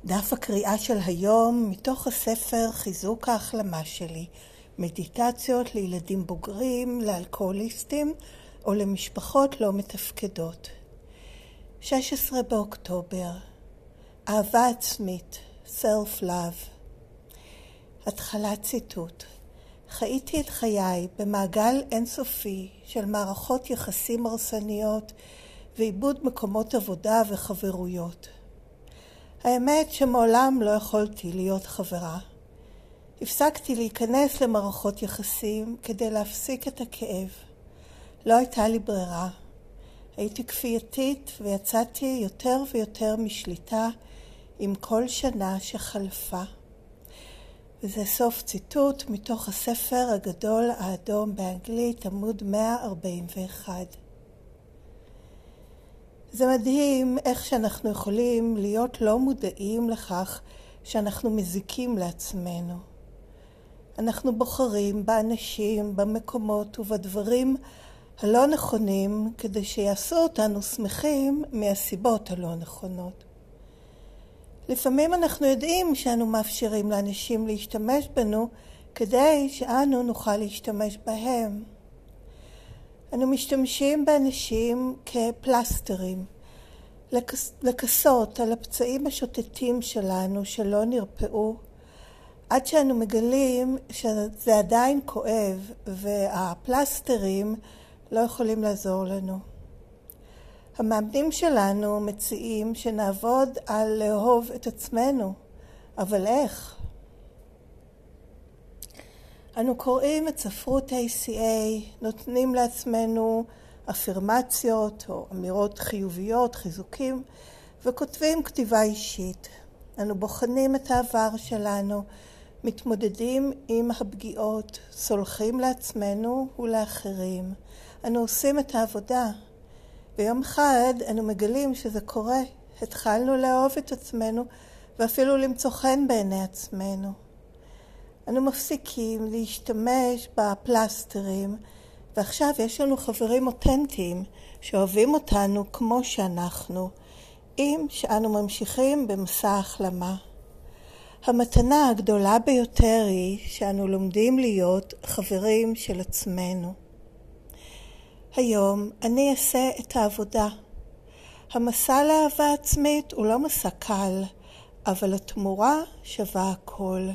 דף הקריאה של היום מתוך הספר חיזוק ההחלמה שלי, מדיטציות לילדים בוגרים, לאלכוהוליסטים או למשפחות לא מתפקדות. 16 באוקטובר, אהבה עצמית, self-love. התחלת ציטוט. חייתי את חיי במעגל אינסופי של מערכות יחסים הרסניות ואיבוד מקומות עבודה וחברויות. האמת שמעולם לא יכולתי להיות חברה. הפסקתי להיכנס למערכות יחסים כדי להפסיק את הכאב. לא הייתה לי ברירה. הייתי כפייתית ויצאתי יותר ויותר משליטה עם כל שנה שחלפה. וזה סוף ציטוט מתוך הספר הגדול האדום באנגלית, עמוד 141. זה מדהים איך שאנחנו יכולים להיות לא מודעים לכך שאנחנו מזיקים לעצמנו. אנחנו בוחרים באנשים, במקומות ובדברים הלא נכונים כדי שיעשו אותנו שמחים מהסיבות הלא נכונות. לפעמים אנחנו יודעים שאנו מאפשרים לאנשים להשתמש בנו כדי שאנו נוכל להשתמש בהם. אנו משתמשים באנשים כפלסטרים, לכסות על הפצעים השוטטים שלנו שלא נרפאו, עד שאנו מגלים שזה עדיין כואב והפלסטרים לא יכולים לעזור לנו. המאמנים שלנו מציעים שנעבוד על לאהוב את עצמנו, אבל איך? אנו קוראים את ספרות ACA, נותנים לעצמנו אפירמציות או אמירות חיוביות, חיזוקים, וכותבים כתיבה אישית. אנו בוחנים את העבר שלנו, מתמודדים עם הפגיעות, סולחים לעצמנו ולאחרים. אנו עושים את העבודה. ביום אחד אנו מגלים שזה קורה. התחלנו לאהוב את עצמנו ואפילו למצוא חן בעיני עצמנו. אנו מפסיקים להשתמש בפלסטרים, ועכשיו יש לנו חברים אותנטיים שאוהבים אותנו כמו שאנחנו, אם שאנו ממשיכים במסע ההחלמה. המתנה הגדולה ביותר היא שאנו לומדים להיות חברים של עצמנו. היום אני אעשה את העבודה. המסע לאהבה עצמית הוא לא מסע קל, אבל התמורה שווה הכל.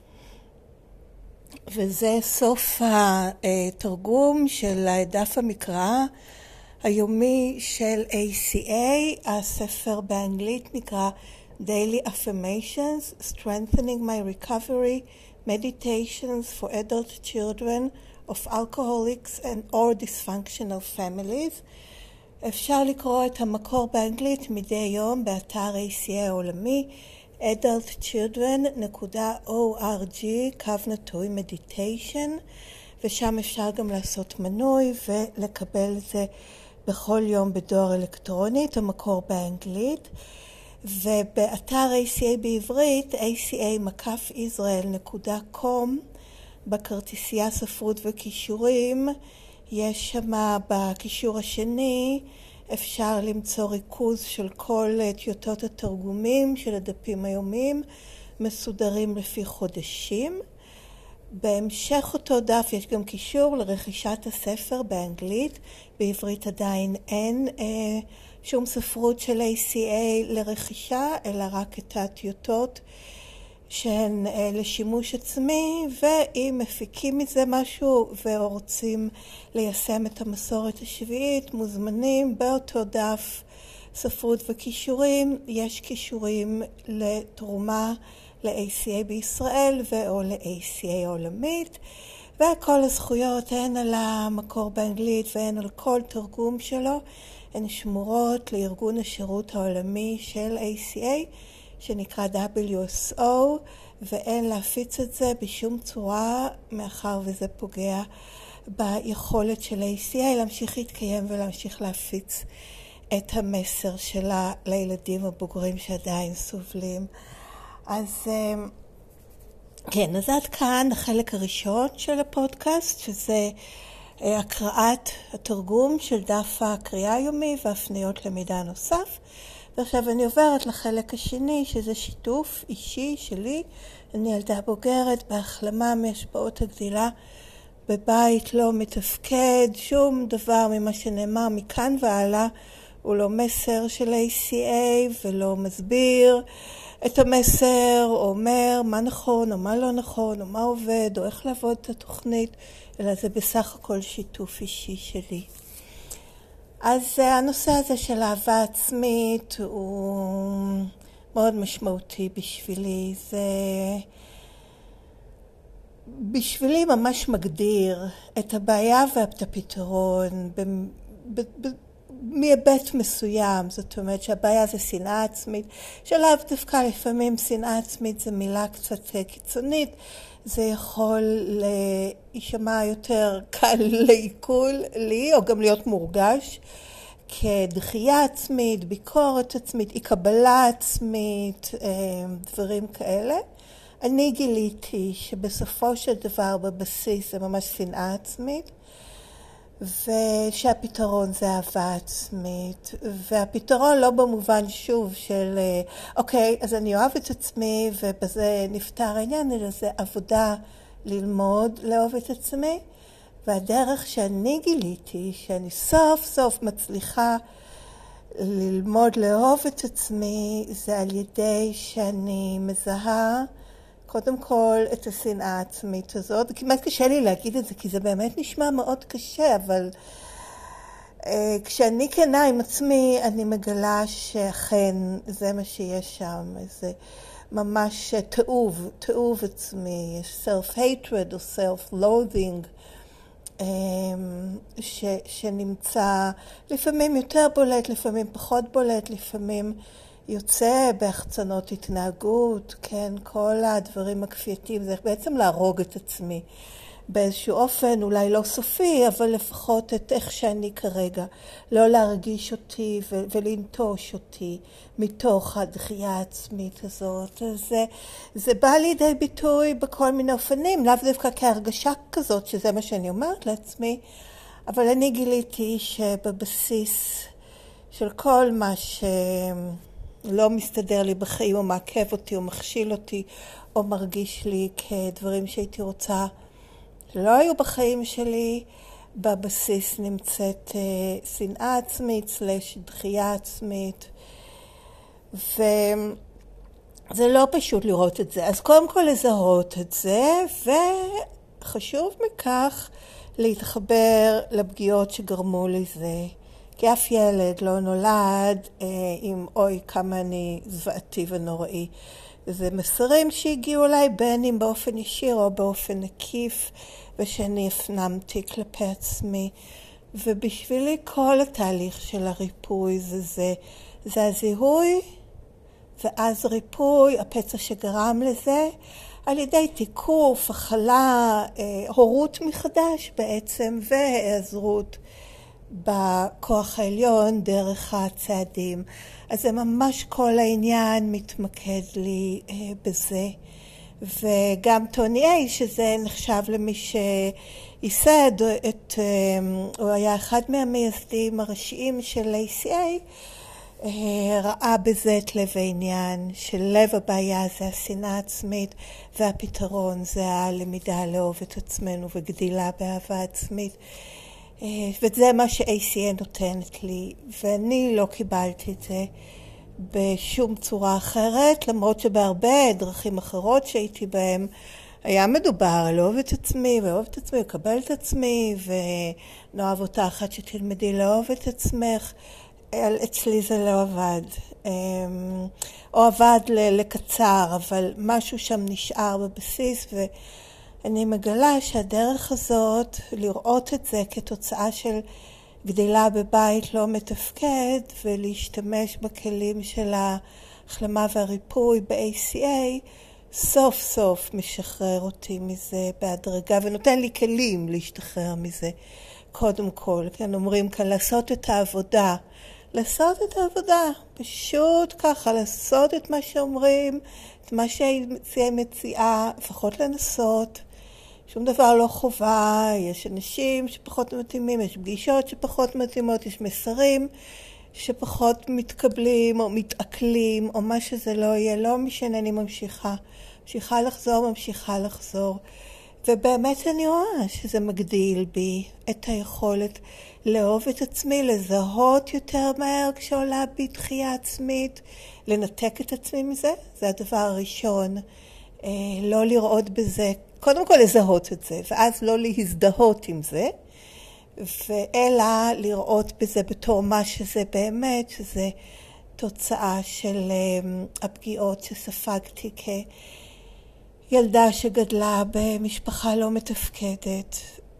וזה סוף התרגום של דף המקרא היומי של ACA. הספר באנגלית נקרא Daily Affirmations, Strengthening My Recovery, Meditations for Adult Children of Alcoholics and or Dysfunctional Families. אפשר לקרוא את המקור באנגלית מדי יום באתר ACA העולמי, adultchildren.org/meditation, ושם אפשר גם לעשות מנוי ולקבל את זה בכל יום בדואר אלקטרוני, את המקור באנגלית. ובאתר ACA בעברית, aca-israel.com, בכרטיסייה ספרות וקישורים, יש שם בקישור השני, אפשר למצוא ריכוז של כל טיוטות התרגומים של הדפים היומיים, מסודרים לפי חודשים. בהמשך אותו דף יש גם קישור לרכישת הספר באנגלית. בעברית עדיין אין שום ספרות של ACA לרכישה, אלא רק את הטיוטות שהן לשימוש עצמי, ואם מפיקים מזה משהו ורוצים ליישם את המסורת השביעית, מוזמנים באותו דף ספרות וקישורים. יש קישורים לתרומה ל-ACA בישראל ואו ל-ACA העולמית, וכל הזכויות הן על המקור באנגלית והן על כל תרגום שלו הן שמורות לארגון השירות העולמי של ACA שנקרא WSO, ואין להפיץ את זה בשום צורה מאחר וזה פוגע ביכולת של ACA להמשיך להתקיים ולהמשיך להפיץ את המסר שלה לילדים הבוגרים שעדיין סובלים. אז כן, אז עד כאן החלק הראשון של הפודקאסט, שזה הקראת התרגום של דף הקריאה היומי והפניות למידע נוסף. ועכשיו אני עוברת לחלק השני, שזה שיתוף אישי שלי. אני ילדה בוגרת בהחלמה מהשפעות הגדילה, בבית לא מתפקד, שום דבר ממה שנאמר מכאן והלאה הוא לא מסר של ACA ולא מסביר את המסר, או אומר מה נכון או מה לא נכון, או מה עובד, או איך לעבוד את התוכנית, אלא זה בסך הכל שיתוף אישי שלי. אז הנושא הזה של אהבה עצמית הוא מאוד משמעותי בשבילי. זה בשבילי ממש מגדיר את הבעיה ואת הפתרון מהיבט מסוים. זאת אומרת שהבעיה זה שנאה עצמית, שלאו דווקא לפעמים שנאה עצמית זה מילה קצת קיצונית, זה יכול להישמע יותר קל לעיכול לי, או גם להיות מורגש כדחייה עצמית, ביקורת עצמית, אי קבלה עצמית, דברים כאלה. אני גיליתי שבסופו של דבר בבסיס זה ממש שנאה עצמית, ושהפתרון זה אהבה עצמית, והפתרון לא במובן שוב של אוקיי, אז אני אוהב את עצמי ובזה נפתר העניין, אלא זה עבודה ללמוד לאהוב את עצמי, והדרך שאני גיליתי שאני סוף סוף מצליחה ללמוד לאהוב את עצמי זה על ידי שאני מזהה קודם כל את השנאה העצמית הזאת. כמעט קשה לי להגיד את זה כי זה באמת נשמע מאוד קשה, אבל כשאני כנה עם עצמי אני מגלה שאכן זה מה שיש שם, זה ממש תאוב עצמי, self-hatred או self-loathing שנמצא לפעמים יותר בולט, לפעמים פחות בולט, לפעמים יוצא בהחצנות התנהגות, כן, כל הדברים הכפייתיים, זה בעצם להרוג את עצמי באיזשהו אופן, אולי לא סופי, אבל לפחות את איך שאני כרגע, לא להרגיש אותי ולנטוש אותי מתוך הדחייה העצמית הזאת. אז זה בא לידי ביטוי בכל מיני אופנים, לאו דווקא כהרגשה כזאת, שזה מה שאני אומרת לעצמי, אבל אני גיליתי שבבסיס של כל מה לא מסתדר לי בחיים, או מעכב אותי, או מכשיל אותי, או מרגיש לי כדברים שהייתי רוצה שלא היו בחיים שלי, בבסיס נמצאת שנאה עצמית, דחייה עצמית, וזה לא פשוט לראות את זה. אז קודם כל לזהות את זה, וחשוב מכך להתחבר לפגיעות שגרמו לזה. כי אף ילד לא נולד עם אוי כמה אני זוועתי ונוראי. וזה מסרים שהגיעו אליי בין אם באופן ישיר או באופן עקיף, ושאני הפנמתי כלפי עצמי. ובשבילי כל התהליך של הריפוי זה הזיהוי, ואז ריפוי, הפצע שגרם לזה, על ידי תיקוף, הכלה, הורות מחדש בעצם, והיעזרות בכוח העליון דרך הצעדים. אז זה ממש כל העניין מתמקד לי בזה. וגם טוני איי, שזה נחשב למי שייסד, הוא היה אחד מהמייסדים הראשיים של ACA, ראה בזה את לב העניין, שלב הבעיה זה השנאה עצמית, והפתרון זה הלמידה לאהוב את עצמנו וגדילה באהבה עצמית. וזה מה ש-ACA נותנת לי, ואני לא קיבלתי את זה בשום צורה אחרת, למרות שבהרבה דרכים אחרות שהייתי בהם היה מדובר על אוהב את עצמי, ואוהב את עצמי, לקבל את עצמי, ונאהב אותה אחת שתלמדי לאהוב את עצמך. אצלי זה לא עבד, או עבד לקצר, אבל משהו שם נשאר בבסיס, ואני מגלה שהדרך הזאת, לראות את זה כתוצאה של גדילה בבית לא מתפקד, ולהשתמש בכלים של ההחלמה והריפוי ב-ACA, סוף סוף משחרר אותי מזה בהדרגה, ונותן לי כלים להשתחרר מזה. קודם כל, כן, אומרים כאן לעשות את העבודה, פשוט ככה, לעשות את מה שאומרים, את מה שהיא מציעה, לפחות לנסות. שום דבר לא חובה, יש אנשים שפחות מתאימים, יש פגישות שפחות מתאימות, יש מסרים שפחות מתקבלים או מתעכלים או מה שזה לא יהיה, לא משנה, אני ממשיכה ממשיכה לחזור. ובאמת אני רואה שזה מגדיל בי את היכולת לאהוב את עצמי, לזהות יותר מהר כשעולה בי דחייה עצמית, לנתק את עצמי מזה, זה הדבר הראשון. לא לראות בזה, קודם כל לזהות את זה, ואז לא להזדהות עם זה, אלא לראות בזה בתור מה שזה באמת, שזה תוצאה של הפגיעות שספגתי כילדה שגדלה במשפחה לא מתפקדת,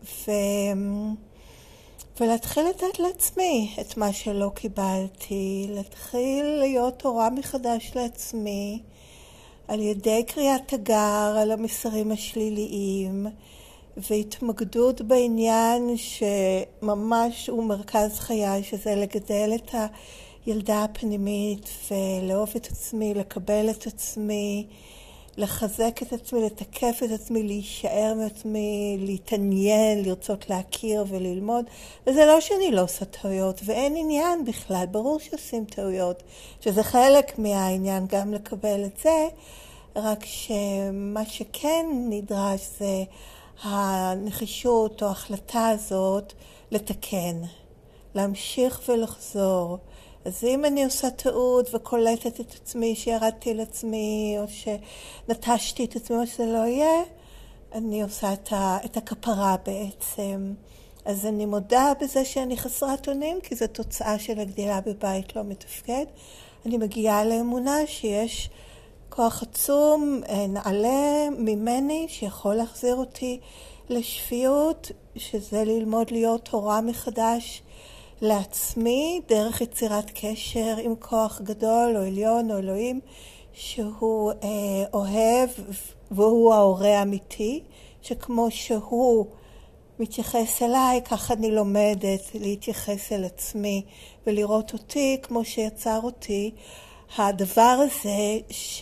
ולהתחיל לתת לעצמי את מה שלא קיבלתי, להתחיל להיות הורה מחדש לעצמי, על ידי קריאת תגר על המסרים השליליים, והתמקדות בעניין שממש הוא מרכז חיי, שזה לגדל את הילדה הפנימית ולאהוב את עצמי, לקבל את עצמי, לחזק את עצמי, לתקף את עצמי, להישאר מעצמי, להתעניין, לרצות להכיר וללמוד. וזה לא שאני לא עושה טעויות, ואין עניין בכלל, ברור שעושים טעויות, שזה חלק מהעניין גם לקבל את זה, רק שמה שכן נדרש זה הנחישות או ההחלטה הזאת לתקן, להמשיך ולחזור. אז אם אני עושה טעות וקולטת את עצמי שירדתי לעצמי או שנטשתי את עצמי או שזה לא יהיה, אני עושה את הכפרה בעצם. אז אני מודה בזה שאני חסרת אונים, כי זו תוצאה של הגדילה בבית לא מתפקד. אני מגיעה לאמונה שיש כוח עצום, נעלה ממני, שיכול להחזיר אותי לשפיות, שזה ללמוד להיות הורה מחדש לעצמי, דרך יצירת קשר עם כוח גדול או עליון או אלוהים, שהוא אוהב והוא ההורה האמיתי, שכמו שהוא מתייחס אליי, ככה אני לומדת להתייחס אל עצמי ולראות אותי כמו שיצר אותי. הדבר הזה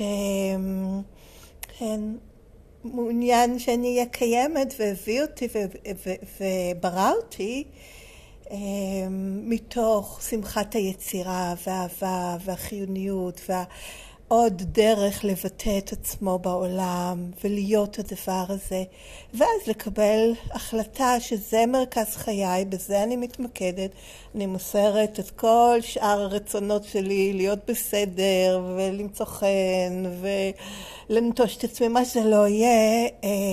שמעוניין שאני אהיה קיימת והביא אותי וברא אותי מתוך שמחת היצירה והאהבה והחיוניות ועוד דרך לבטא את עצמו בעולם ולהיות הדבר הזה, ואז לקבל החלטה שזה מרכז חיי, בזה אני מתמקדת, אני מוסרת את כל שאר הרצונות שלי להיות בסדר ולמצוא חן ולנטוש את עצמי, מה שזה לא יהיה,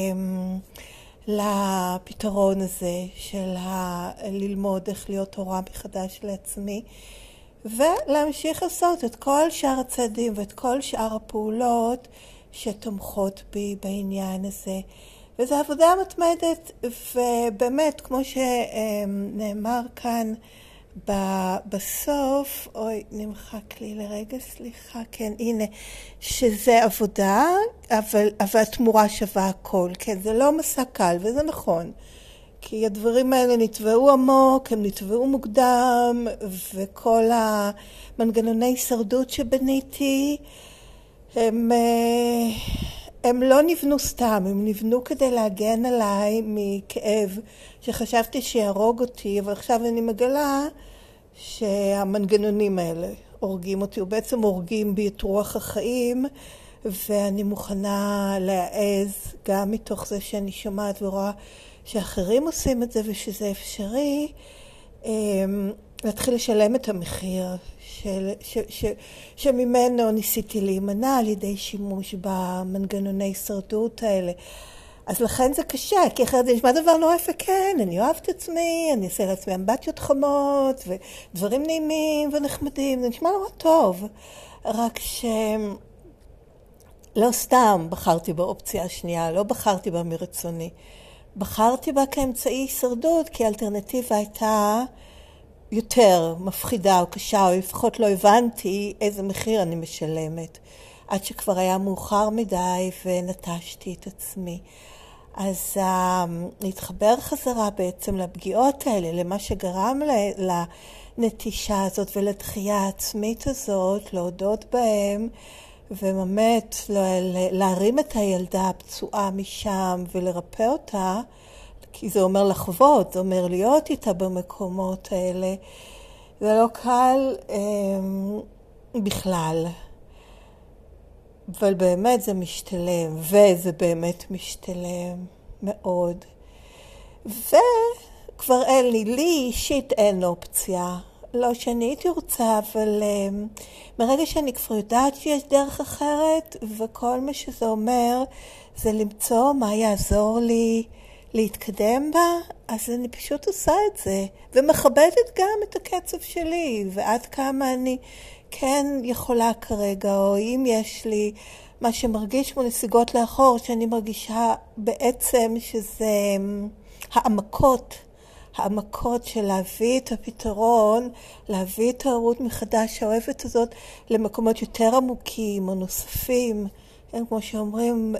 לפתרון הזה של ללמוד איך להיות הורה מחדש לעצמי, ולהמשיך לעשות את כל שאר הצעדים ואת כל שאר הפעולות שתומכות בי בעניין הזה. וזו עבודה מתמדת, ובאמת, כמו שנאמר כאן בסוף, אוי, נמחק לי לרגע, סליחה, כן, הנה, שזה עבודה, אבל התמורה שווה הכל, כן, זה לא מסע קל, וזה נכון. כי הדברים האלה נטבעו עמוק, הם נטבעו מוקדם, וכל המנגנוני הישרדות שבניתי, הם לא נבנו סתם, הם נבנו כדי להגן עליי מכאב שחשבתי שיהרוג אותי, אבל עכשיו אני מגלה שהמנגנונים האלה הורגים אותי, ובעצם הורגים בי את רוח החיים, ואני מוכנה להעז גם מתוך זה שאני שומעת ורואה שאחרים עושים את זה ושזה אפשרי, להתחיל לשלם את המחיר שממנו ניסיתי להימנע על ידי שימוש במנגנוני הישרדות האלה. אז לכן זה קשה, כי אחרת זה נשמע דבר נורא יפה, כן, אני אוהב את עצמי, אני אעשה לעצמי אמבטיות חמות ודברים נעימים ונחמדים, זה נשמע נורא טוב, רק לא סתם בחרתי באופציה השנייה, לא בחרתי בה מרצוני. בחרתי בה כאמצעי הישרדות, כי האלטרנטיבה הייתה יותר מפחידה או קשה, או לפחות לא הבנתי איזה מחיר אני משלמת, עד שכבר היה מאוחר מדי ונטשתי את עצמי. אז להתחבר חזרה בעצם לפגיעות האלה, למה שגרם לנטישה הזאת ולדחייה העצמית הזאת, להודות בהם, ובאמת להרים את הילדה הפצועה משם ולרפא אותה, כי זה אומר לחוות, זה אומר להיות איתה במקומות האלה, זה לא קל בכלל. אבל באמת זה משתלם, וזה באמת משתלם מאוד. וכבר אין לי אישית אין אופציה. לא שאני הייתי רוצה, אבל מרגע שאני כבר יודעת שיש דרך אחרת, וכל מה שזה אומר זה למצוא מה יעזור לי להתקדם בה, אז אני פשוט עושה את זה, ומכבדת גם את הקצב שלי, ועד כמה אני כן יכולה כרגע, או אם יש לי מה שמרגיש כמו נסיגות לאחור, שאני מרגישה בעצם שזה העמקות של להביא את הפתרון, להביא את ההורות מחדש האוהבת הזאת למקומות יותר עמוקים או נוספים, כן, כמו שאומרים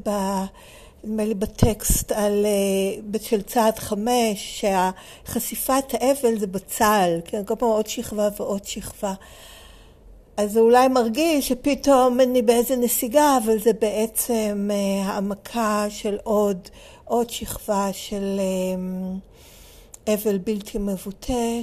בטקסט של צעד 5, שהחשיפת האבל זה בצל, כן, כל פעם עוד שכבה ועוד שכבה. אז זה אולי מרגיש שפתאום אני באיזה נסיגה, אבל זה בעצם העמקה של עוד שכבה של אבל בלתי מבוטא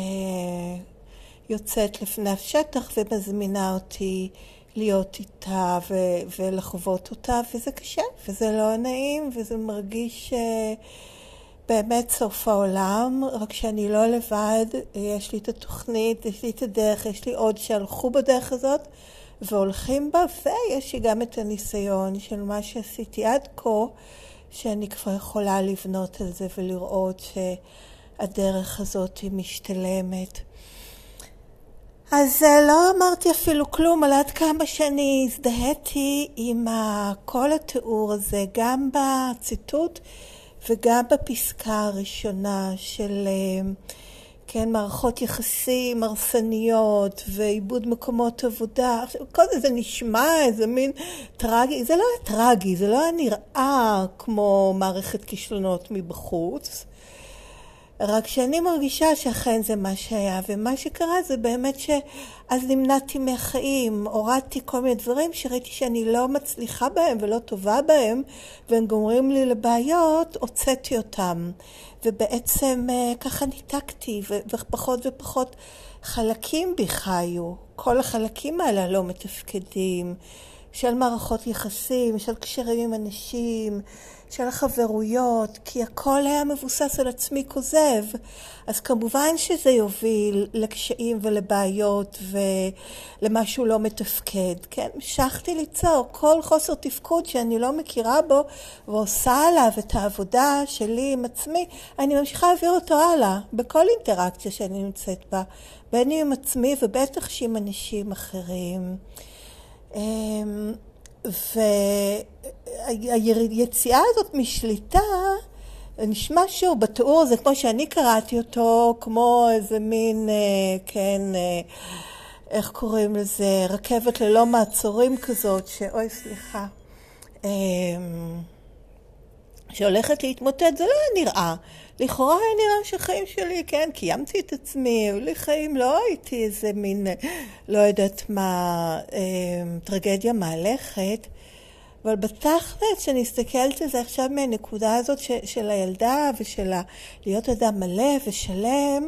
שיוצאת לפני השטח ומזמינה אותי להיות איתה ולחוות אותה, וזה קשה וזה לא נעים וזה מרגיש באמת סוף העולם, רק שאני לא לבד, יש לי את התוכנית, יש לי את הדרך, יש לי עוד שהלכו בדרך הזאת והולכים בה, ויש לי גם את הניסיון של מה שעשיתי עד כה, שאני כבר יכולה לבנות על זה ולראות שהדרך הזאת היא משתלמת. אז לא אמרתי אפילו כלום על עד כמה שאני הזדהיתי עם כל התיאור הזה, גם בציטוט וגם בפסקה הראשונה של כן, מערכות יחסים הרסניות ועיבוד מקומות עבודה. עכשיו, כל זה נשמע איזה מין טרגי, זה לא היה טרגי, זה לא היה נראה כמו מערכת כישלונות מבחוץ, רק שאני מרגישה שאכן זה מה שהיה, ומה שקרה זה באמת שאז נמנעתי מהחיים, הורדתי כל מיני דברים שראיתי שאני לא מצליחה בהם ולא טובה בהם, והם גומרים לי לבעיות, הוצאתי אותם. ובעצם ככה ניתקתי, ופחות ופחות חלקים בי חיו. כל החלקים האלה לא מתפקדים, של מערכות יחסים, של קשרים עם אנשים, של החברויות, כי הכל היה מבוסס על עצמי כוזב. אז כמובן שזה יוביל לקשיים ולבעיות ולמשהו לא מתפקד. כן? המשכתי ליצור כל חוסר תפקוד שאני לא מכירה בו ועושה עליו את העבודה שלי עם עצמי, אני ממשיכה להעביר אותו הלאה בכל אינטראקציה שאני נמצאת בה, בין עם עצמי ובטח שעם אנשים אחרים. והיציאה הזאת משליטה נשמע שוב בתיאור הזה, כמו שאני קראתי אותו, כמו איזה מין, כן, איך קוראים לזה, רכבת ללא מעצורים כזאת, שאוי סליחה, שהולכת להתמוטט. זה לא היה נראה, לכאורה היה נראה שחיים שלי, כן, קיימתי את עצמי, לי חיים, לא הייתי איזה מין, לא יודעת מה, טרגדיה מהלכת, אבל בתכלת שאני הסתכלת על זה עכשיו מהנקודה הזאת של הילדה ושל להיות אדם מלא ושלם,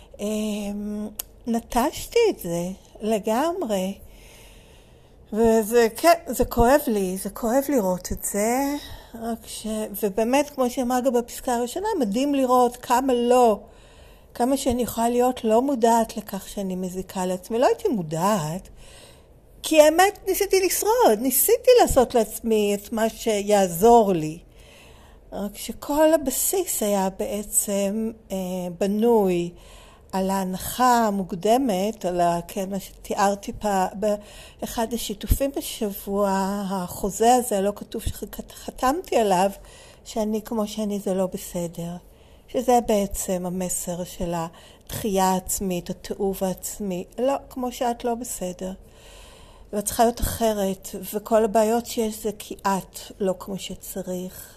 נטשתי את זה לגמרי. וזה כן, זה כואב לראות את זה, ובאמת כמו שאמרה גם בפסקה הראשונה, מדהים לראות כמה שאני יכולה להיות לא מודעת לכך שאני מזיקה לעצמי. לא הייתי מודעת, כי האמת ניסיתי לשרוד, ניסיתי לעשות לעצמי את מה שיעזור לי. רק שכל הבסיס היה בעצם בנוי על ההנחה המוקדמת, על כן, מה שתיארתי באחד השיתופים בשבוע, החוזה הזה, לא כתוב שחתמתי עליו, שאני כמו שאני זה לא בסדר. שזה בעצם המסר של התחייה העצמית, התיעוב העצמי. לא, כמו שאת לא בסדר. ואת צריכה להיות אחרת, וכל הבעיות שיש זה כי את לא כמו שצריך.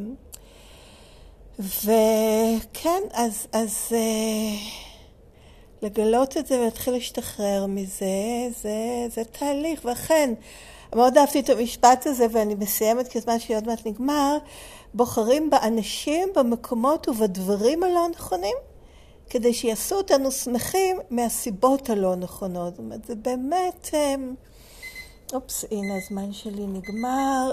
וכן, אז לגלות את זה ולהתחיל להשתחרר מזה, זה תהליך. ואכן, מאוד אהבתי את המשפט הזה, ואני מסיימת כי הזמן שעוד מעט נגמר, בוחרים באנשים, במקומות ובדברים הלא נכונים, כדי שיעשו אותנו שמחים מהסיבות הלא נכונות. זאת אומרת, זה באמת, אופס, הנה הזמן שלי נגמר.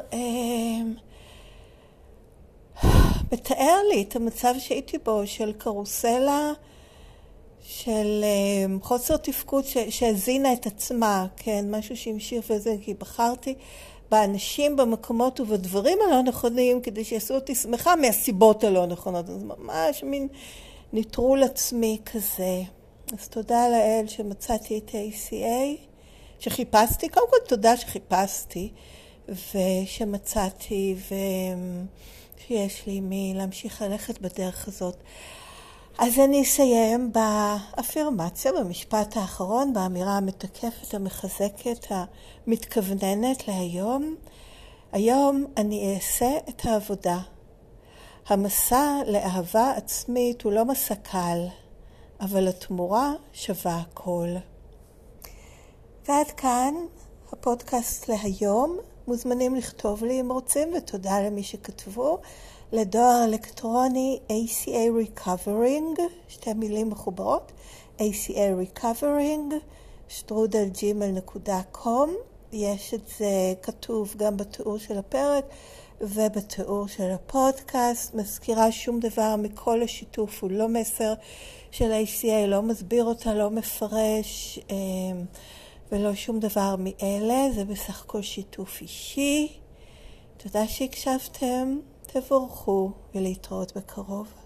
מתאר לי את המצב שהייתי בו של קרוסלה, של חוסר תפקוד שהזינה את עצמה, כן, משהו שהמשיך וזה, כי בחרתי באנשים, במקומות ובדברים הלא נכונים, כדי שיעשו אותי שמחה מהסיבות הלא נכונות. אז ממש מין נטרול עצמי כזה. אז תודה לאל שמצאתי את ה-ACA, שחיפשתי, קודם כל תודה שחיפשתי, ושמצאתי, ושיש לי מי להמשיך ללכת בדרך הזאת. אז אני אסיים באפירמציה, במשפט האחרון, באמירה המתקפת, המחזקת, המתכווננת להיום. היום אני אעשה את העבודה. המסע לאהבה עצמית הוא לא מסע קל, אבל התמורה שווה הכל. ועד כאן הפודקאסט להיום. מוזמנים לכתוב לי אם רוצים, ותודה למי שכתבו. לדואר אלקטרוני ACA Recovering, שתי מילים מחוברות, ACA Recovering, @gmail.com. יש את זה כתוב גם בתיאור של הפרק ובתיאור של הפודקאסט. מזכירה, שום דבר מכל השיתוף הוא לא מסר של ACA, לא מסביר אותה, לא מפרש ולא שום דבר מאלה. זה בסך הכל שיתוף אישי. תודה שהקשבתם. תבורכו ולהתראות בקרוב.